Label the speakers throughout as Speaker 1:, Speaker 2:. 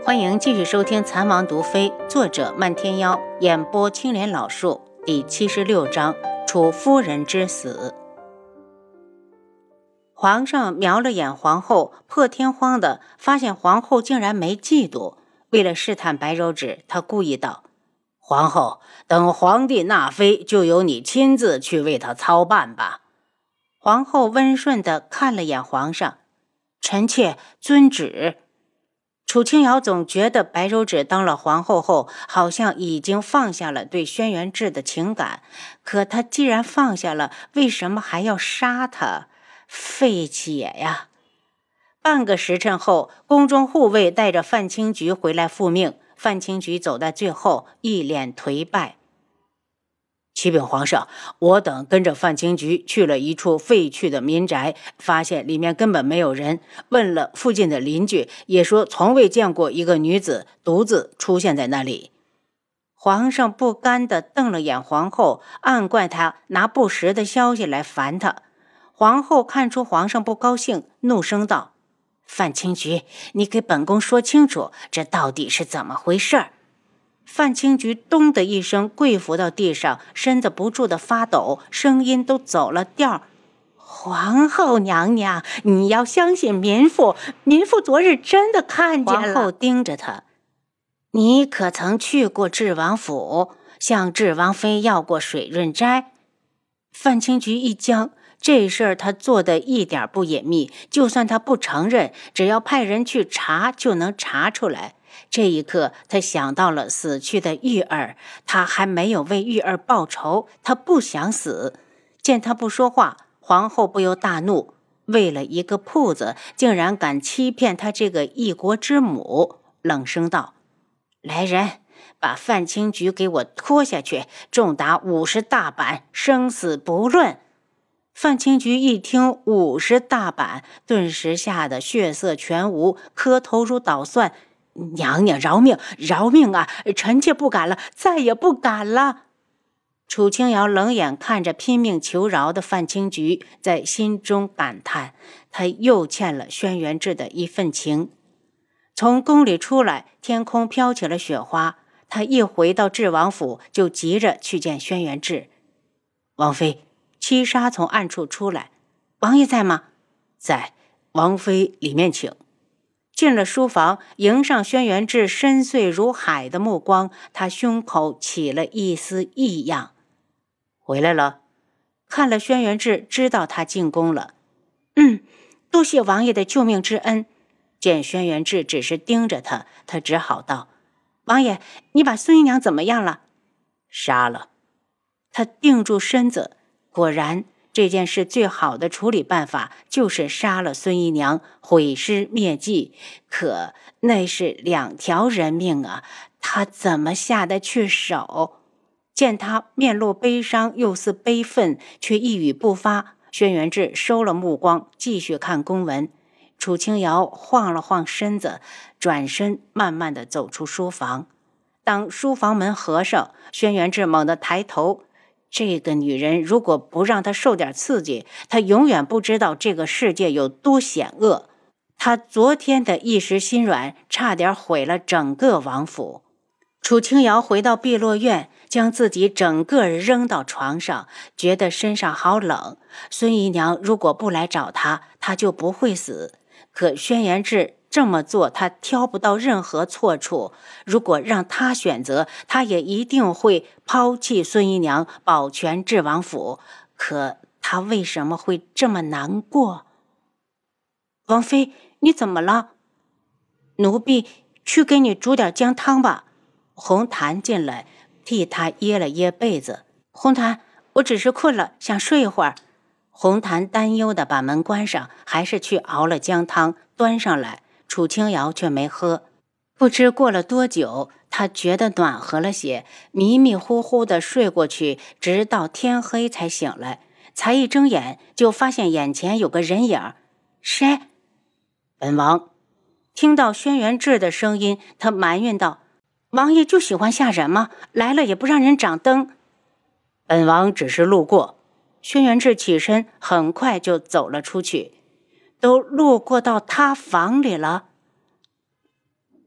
Speaker 1: 欢迎继续收听《残王毒妃》，作者漫天妖，演播青莲老树，第76章楚夫人之死。皇上瞄了眼皇后，破天荒的发现皇后竟然没嫉妒。为了试探白柔指，他故意道：皇后，等皇帝纳妃，就由你亲自去为他操办吧。皇后温顺地看了眼皇上，臣妾遵旨。楚清瑶总觉得白柔指当了皇后后，好像已经放下了对轩辕志的情感，可他既然放下了，为什么还要杀他？费解呀！半个时辰后，宫中护卫带着范清菊回来复命。范清菊走在最后，一脸颓败。启禀皇上，我等跟着范清菊去了一处废弃的民宅，发现里面根本没有人。问了附近的邻居，也说从未见过一个女子独自出现在那里。皇上不甘地瞪了眼皇后，暗怪她拿不实的消息来烦他。皇后看出皇上不高兴，怒声道：范清菊，你给本宫说清楚，这到底是怎么回事？范清菊咚的一声跪伏到地上，身子不住的发抖，声音都走了调。皇后娘娘，你要相信民妇，民妇昨日真的看见了。皇后盯着他，你可曾去过智王府，向智王妃要过水润斋？范清菊一僵，这事儿他做的一点不隐秘，就算他不承认，只要派人去查就能查出来。这一刻，他想到了死去的玉儿，他还没有为玉儿报仇，他不想死。见他不说话，皇后不由大怒，为了一个铺子，竟然敢欺骗他这个一国之母，冷声道：来人，把范清菊给我拖下去，重打50大板，生死不论。范清菊一听50大板，顿时吓得血色全无，磕头如捣蒜。娘娘饶命，饶命啊！臣妾不敢了，再也不敢了。楚清瑶冷眼看着拼命求饶的范清菊，在心中感叹，他又欠了轩辕志的一份情。从宫里出来，天空飘起了雪花。他一回到智王府，就急着去见轩辕志。王妃，七杀从暗处出来。王爷在吗？在，王妃里面请。进了书房，迎上轩辕志深邃如海的目光，他胸口起了一丝异样。回来了。看了轩辕志，知道他进宫了。多谢王爷的救命之恩。见轩辕志只是盯着他，他只好道：王爷，你把孙姨娘怎么样了？杀了。他定住身子，果然这件事最好的处理办法就是杀了孙姨娘，毁尸灭迹。可那是2条人命啊，他怎么下得去手？见他面露悲伤，又似悲愤，却一语不发。轩辕志收了目光，继续看公文。楚清瑶晃了晃身子，转身慢慢地走出书房。当书房门合上，轩辕志猛地抬头。这个女人如果不让她受点刺激，她永远不知道这个世界有多险恶。她昨天的一时心软，差点毁了整个王府。楚清瑶回到碧落院，将自己整个扔到床上，觉得身上好冷。孙姨娘如果不来找她，她就不会死。可轩辕志这么做，他挑不到任何错处。如果让他选择，他也一定会抛弃孙姨娘，保全智王府。可他为什么会这么难过？王妃，你怎么了？奴婢去给你煮点姜汤吧。红檀进来，替他掖了掖被子。红檀，我只是困了，想睡一会儿。红檀担忧地把门关上，还是去熬了姜汤端上来。楚清瑶却没喝。不知过了多久，他觉得暖和了些，迷迷糊糊地睡过去，直到天黑才醒来。才一睁眼，就发现眼前有个人影。谁？本王。听到轩辕志的声音，他埋怨道：王爷就喜欢吓人吗？来了也不让人掌灯。本王只是路过。轩辕志起身，很快就走了出去。都路过到他房里了。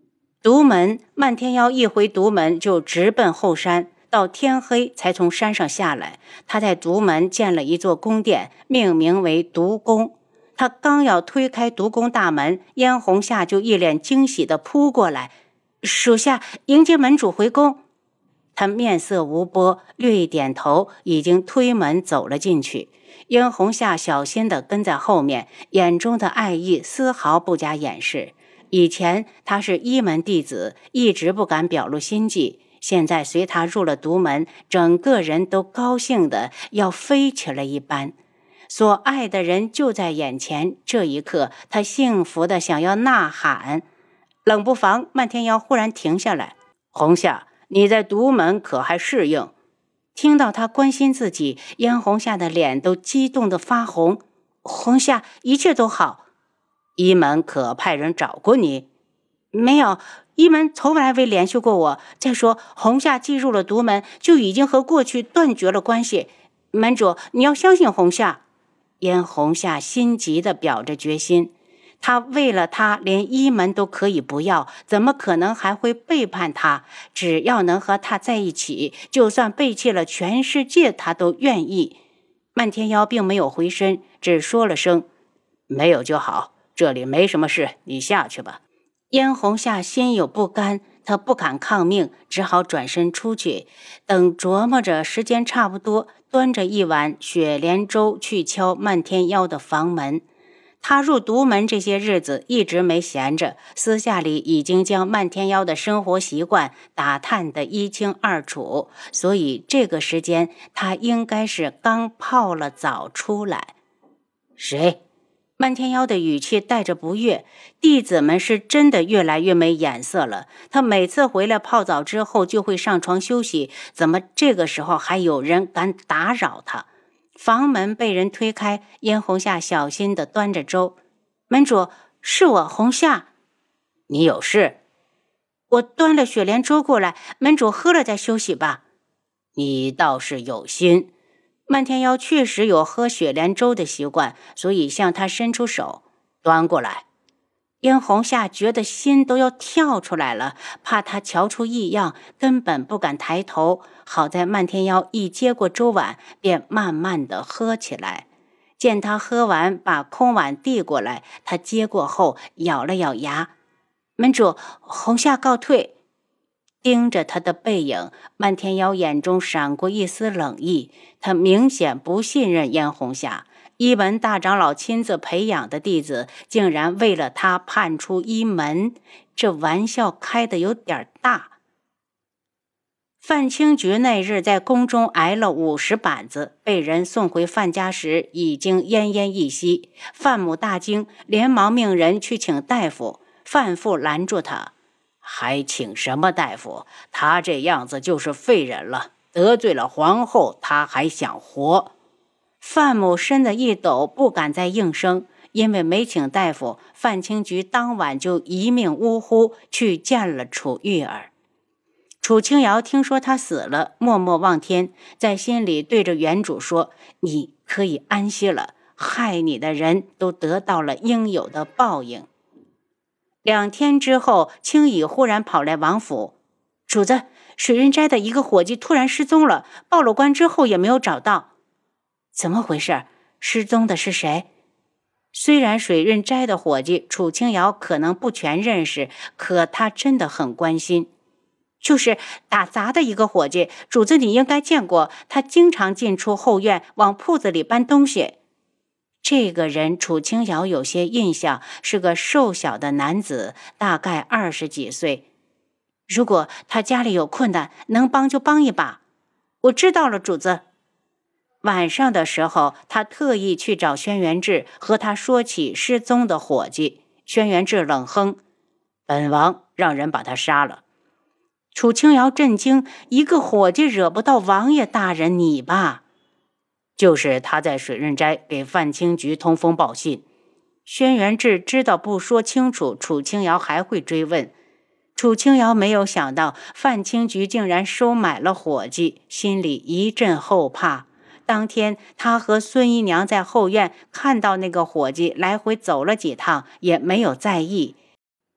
Speaker 1: 独门，漫天妖一回独门就直奔后山，到天黑才从山上下来。他在独门建了一座宫殿，命名为独宫。他刚要推开独宫大门，燕红夏就一脸惊喜地扑过来：“属下迎接门主回宫。”他面色无波，略一点头，已经推门走了进去。燕红夏小心地跟在后面，眼中的爱意丝毫不加掩饰。以前他是一门弟子，一直不敢表露心迹，现在随他入了独门，整个人都高兴得要飞起来一般。所爱的人就在眼前，这一刻他幸福的想要呐喊。冷不防，漫天妖忽然停下来：“红夏，你在独门可还适应？”听到他关心自己，燕红夏的脸都激动得发红。“红夏，一切都好。”“一门可派人找过你？”“没有，一门从来未联系过我。再说红夏既入了独门，就已经和过去断绝了关系。门主，你要相信红夏。”燕红夏心急地表着决心，他为了他连一门都可以不要，怎么可能还会背叛他？只要能和他在一起，就算背弃了全世界他都愿意。漫天妖并没有回身，只说了声：“没有就好，这里没什么事，你下去吧。”燕红夏心有不甘，他不敢抗命，只好转身出去。等琢磨着时间差不多，端着一碗雪莲粥去敲漫天妖的房门。他入独门这些日子一直没闲着，私下里已经将漫天妖的生活习惯打探得一清二楚，所以这个时间他应该是刚泡了澡出来。“谁？”漫天妖的语气带着不悦，弟子们是真的越来越没眼色了。他每次回来泡澡之后就会上床休息，怎么这个时候还有人敢打扰他？房门被人推开，燕红夏小心地端着粥：“门主，是我红夏。”“你有事？”“我端了雪莲粥过来，门主喝了再休息吧。”“你倒是有心。”漫天妖确实有喝雪莲粥的习惯，所以向他伸出手：“端过来。”燕红夏觉得心都要跳出来了，怕他瞧出异样，根本不敢抬头。好在漫天妖一接过粥碗，便慢慢地喝起来。见他喝完，把空碗递过来，他接过后咬了咬牙：“门主，红夏告退。”盯着他的背影，漫天妖眼中闪过一丝冷意。他明显不信任燕红夏，一门大长老亲自培养的弟子，竟然为了他叛出一门，这玩笑开得有点大。范清菊那日在宫中挨了50板子，被人送回范家时已经奄奄一息。范母大惊，连忙命人去请大夫。范父拦住他：“还请什么大夫？他这样子就是废人了，得罪了皇后，他还想活。”范母身子一抖，不敢再应声。因为没请大夫，范清菊当晚就一命呜呼去见了楚玉儿。楚清瑶听说他死了，默默望天，在心里对着原主说：“你可以安息了，害你的人都得到了应有的报应。”2天之后，青羽忽然跑来王府：“主子，水润斋的一个伙计突然失踪了，报了官之后也没有找到。”“怎么回事？失踪的是谁？”虽然水润斋的伙计楚清瑶可能不全认识，可他真的很关心。“就是打杂的一个伙计，主子你应该见过，他经常进出后院，往铺子里搬东西。”这个人楚清瑶有些印象，是个瘦小的男子，大概20几岁。“如果他家里有困难，能帮就帮一把。”“我知道了，主子。”晚上的时候，他特意去找轩辕志，和他说起失踪的伙计。轩辕志冷哼：“本王让人把他杀了。”楚清瑶震惊：“一个伙计惹不到王爷大人你吧？”“就是他在水润斋给范清菊通风报信。”轩辕志知道不说清楚，楚清瑶还会追问。楚清瑶没有想到范清菊竟然收买了伙计，心里一阵后怕。当天他和孙姨娘在后院看到那个伙计来回走了几趟，也没有在意。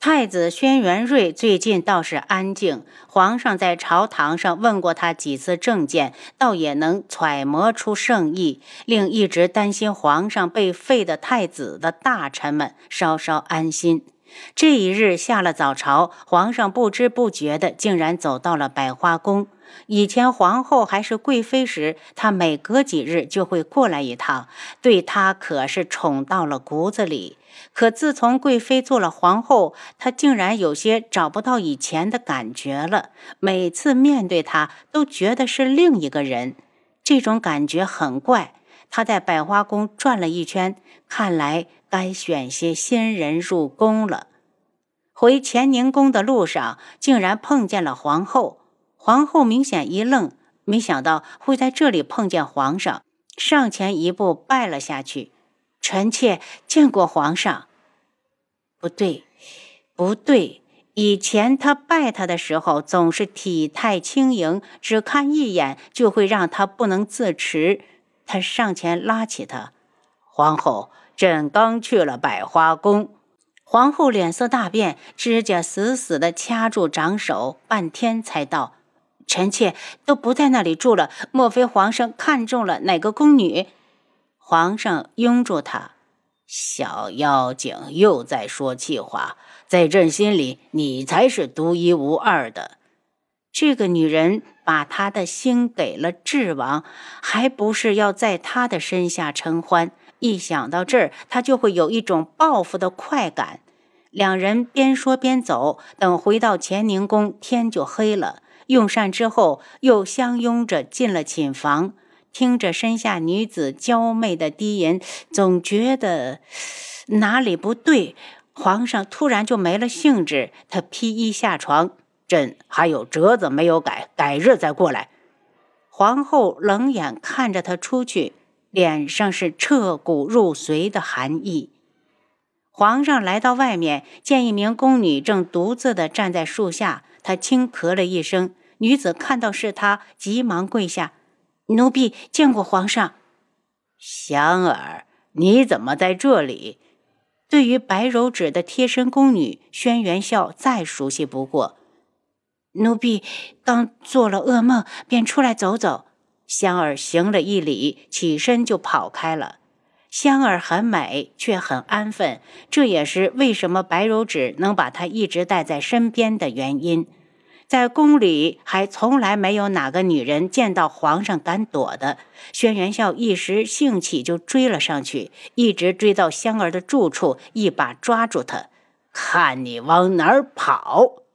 Speaker 1: 太子轩辕睿最近倒是安静，皇上在朝堂上问过他几次政见，倒也能揣摩出圣意，令一直担心皇上被废的太子的大臣们稍稍安心。这一日下了早朝，皇上不知不觉的竟然走到了百花宫。以前皇后还是贵妃时，他每隔几日就会过来一趟，对她可是宠到了骨子里。可自从贵妃做了皇后，他竟然有些找不到以前的感觉了，每次面对她都觉得是另一个人。这种感觉很怪。他在百花宫转了一圈，看来该选些新人入宫了。回乾宁宫的路上，竟然碰见了皇后。皇后明显一愣，没想到会在这里碰见皇上，上前一步拜了下去。臣妾见过皇上。不对，不对，以前他拜他的时候总是体态轻盈，只看一眼就会让他不能自持。他上前拉起他，皇后，朕刚去了百花宫。皇后脸色大变，指甲死死地掐住长手，半天才道：臣妾都不在那里住了，莫非皇上看中了哪个宫女？皇上拥住他，小妖精又在说气话，在朕心里你才是独一无二的。这个女人把他的心给了智王，还不是要在他的身下承欢？一想到这儿，他就会有一种报复的快感。两人边说边走，等回到乾宁宫，天就黑了。用膳之后，又相拥着进了寝房，听着身下女子娇媚的低吟，总觉得哪里不对。皇上突然就没了兴致，他披衣下床，朕还有折子没有改，改日再过来。皇后冷眼看着他出去，脸上是彻骨入髓的寒意。皇上来到外面，见一名宫女正独自地站在树下，他轻咳了一声，女子看到是他，急忙跪下：奴婢见过皇上。香儿，你怎么在这里？对于白柔指的贴身宫女，轩辕笑再熟悉不过。奴婢刚做了噩梦，便出来走走。香儿行了一礼，起身就跑开了。香儿很美，却很安分，这也是为什么白柔指能把她一直带在身边的原因。在宫里还从来没有哪个女人见到皇上敢躲的。轩辕笑一时兴起就追了上去，一直追到香儿的住处，一把抓住她：看你往哪儿跑！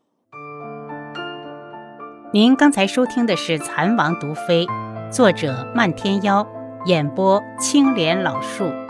Speaker 2: 您刚才收听的是《蚕王毒妃》，作者漫天妖，演播青莲老树。